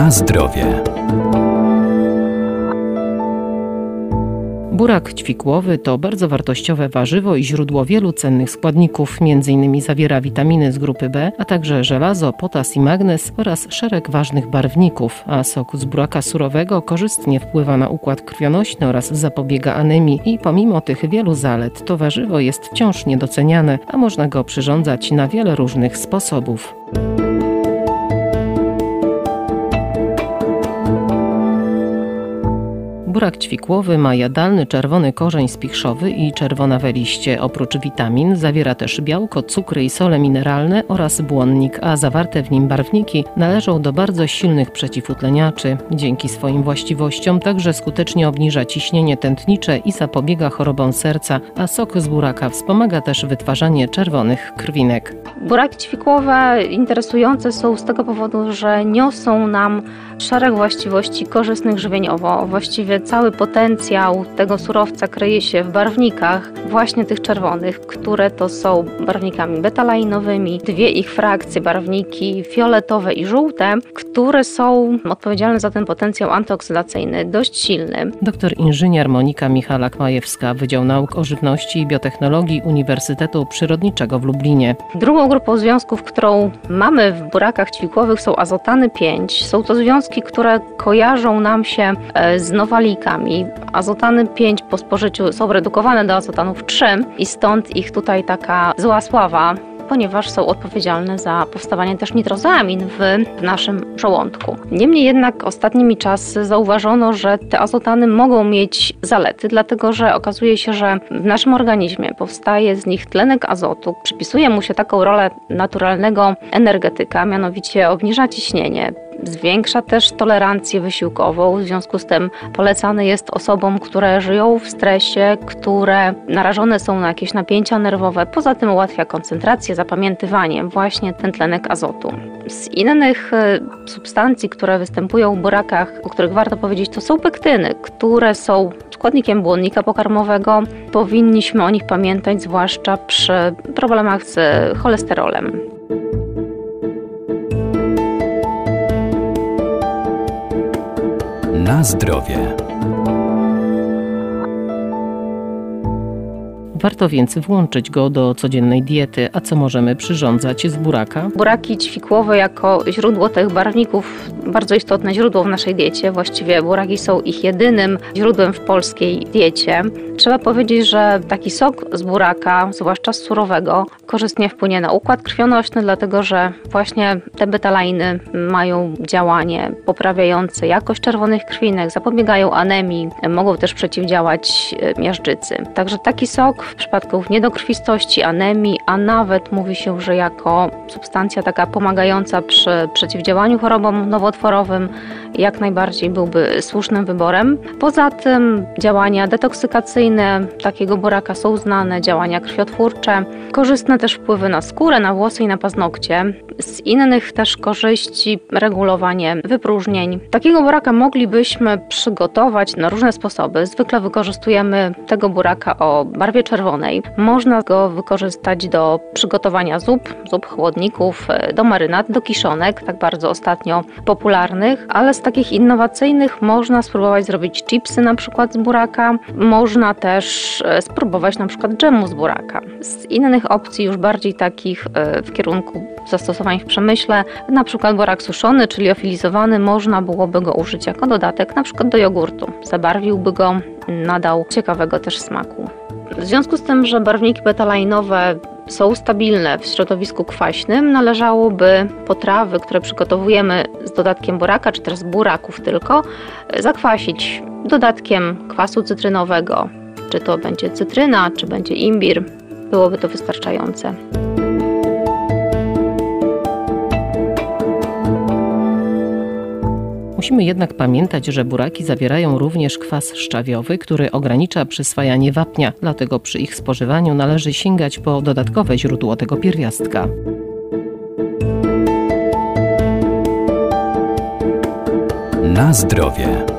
Na zdrowie. Burak ćwikłowy to bardzo wartościowe warzywo i źródło wielu cennych składników. M.in. zawiera witaminy z grupy B, a także żelazo, potas i magnez oraz szereg ważnych barwników. A sok z buraka surowego korzystnie wpływa na układ krwionośny oraz zapobiega anemii. I pomimo tych wielu zalet to warzywo jest wciąż niedoceniane, a można go przyrządzać na wiele różnych sposobów. Burak ćwikłowy ma jadalny czerwony korzeń spichrzowy i czerwonawe liście. Oprócz witamin zawiera też białko, cukry i sole mineralne oraz błonnik, a zawarte w nim barwniki należą do bardzo silnych przeciwutleniaczy. Dzięki swoim właściwościom także skutecznie obniża ciśnienie tętnicze i zapobiega chorobom serca, a sok z buraka wspomaga też wytwarzanie czerwonych krwinek. Buraki ćwikłowe interesujące są z tego powodu, że niosą nam szereg właściwości korzystnych żywieniowo. Właściwie cały potencjał tego surowca kryje się w barwnikach, właśnie tych czerwonych, które to są barwnikami betalainowymi. Dwie ich frakcje, barwniki fioletowe i żółte, które są odpowiedzialne za ten potencjał antyoksydacyjny dość silny. Doktor inżynier Monika Michalak-Majewska, Wydział Nauk o Żywności i Biotechnologii Uniwersytetu Przyrodniczego w Lublinie. Drugą grupą związków, którą mamy w burakach ćwikłowych, są azotany 5. Są to związki, które kojarzą nam się z nowalikami. Azotany 5 po spożyciu są redukowane do azotanów 3 i stąd ich tutaj taka zła sława, ponieważ są odpowiedzialne za powstawanie też nitrozamin w naszym żołądku. Niemniej jednak ostatnimi czasy zauważono, że te azotany mogą mieć zalety, dlatego że okazuje się, że w naszym organizmie powstaje z nich tlenek azotu. Przypisuje mu się taką rolę naturalnego energetyka, mianowicie obniża ciśnienie. Zwiększa też tolerancję wysiłkową, w związku z tym polecany jest osobom, które żyją w stresie, które narażone są na jakieś napięcia nerwowe. Poza tym ułatwia koncentrację, zapamiętywanie, właśnie ten tlenek azotu. Z innych substancji, które występują w burakach, o których warto powiedzieć, to są pektyny, które są składnikiem błonnika pokarmowego. Powinniśmy o nich pamiętać, zwłaszcza przy problemach z cholesterolem. Na zdrowie. Warto więc włączyć go do codziennej diety. A co możemy przyrządzać z buraka? Buraki ćwikłowe jako źródło tych barwników, bardzo istotne źródło w naszej diecie. Właściwie buraki są ich jedynym źródłem w polskiej diecie. Trzeba powiedzieć, że taki sok z buraka, zwłaszcza z surowego, korzystnie wpłynie na układ krwionośny, dlatego że właśnie te betalainy mają działanie poprawiające jakość czerwonych krwinek, zapobiegają anemii, mogą też przeciwdziałać miażdżycy. Także taki sok w przypadku niedokrwistości, anemii, a nawet mówi się, że jako substancja taka pomagająca przy przeciwdziałaniu chorobom nowotworowym, jak najbardziej byłby słusznym wyborem. Poza tym działania detoksykacyjne takiego buraka są znane, działania krwiotwórcze, korzystne też wpływy na skórę, na włosy i na paznokcie. Z innych też korzyści regulowanie wypróżnień. Takiego buraka moglibyśmy przygotować na różne sposoby. Zwykle wykorzystujemy tego buraka o barwie czerwonej. Można go wykorzystać do przygotowania zup chłodników, do marynat, do kiszonek, tak bardzo ostatnio popularnych, ale z takich innowacyjnych można spróbować zrobić chipsy na przykład z buraka. Można też spróbować na przykład dżemu z buraka. Z innych opcji już bardziej takich w kierunku zastosowań w przemyśle, na przykład burak suszony, czyli ofilizowany, można byłoby go użyć jako dodatek na przykład do jogurtu. Zabarwiłby go, nadał ciekawego też smaku. W związku z tym, że barwniki betalainowe są stabilne w środowisku kwaśnym, należałoby potrawy, które przygotowujemy z dodatkiem buraka, czy też z buraków tylko, zakwasić dodatkiem kwasu cytrynowego. Czy to będzie cytryna, czy będzie imbir, byłoby to wystarczające. Musimy jednak pamiętać, że buraki zawierają również kwas szczawiowy, który ogranicza przyswajanie wapnia, dlatego przy ich spożywaniu należy sięgać po dodatkowe źródło tego pierwiastka. Na zdrowie.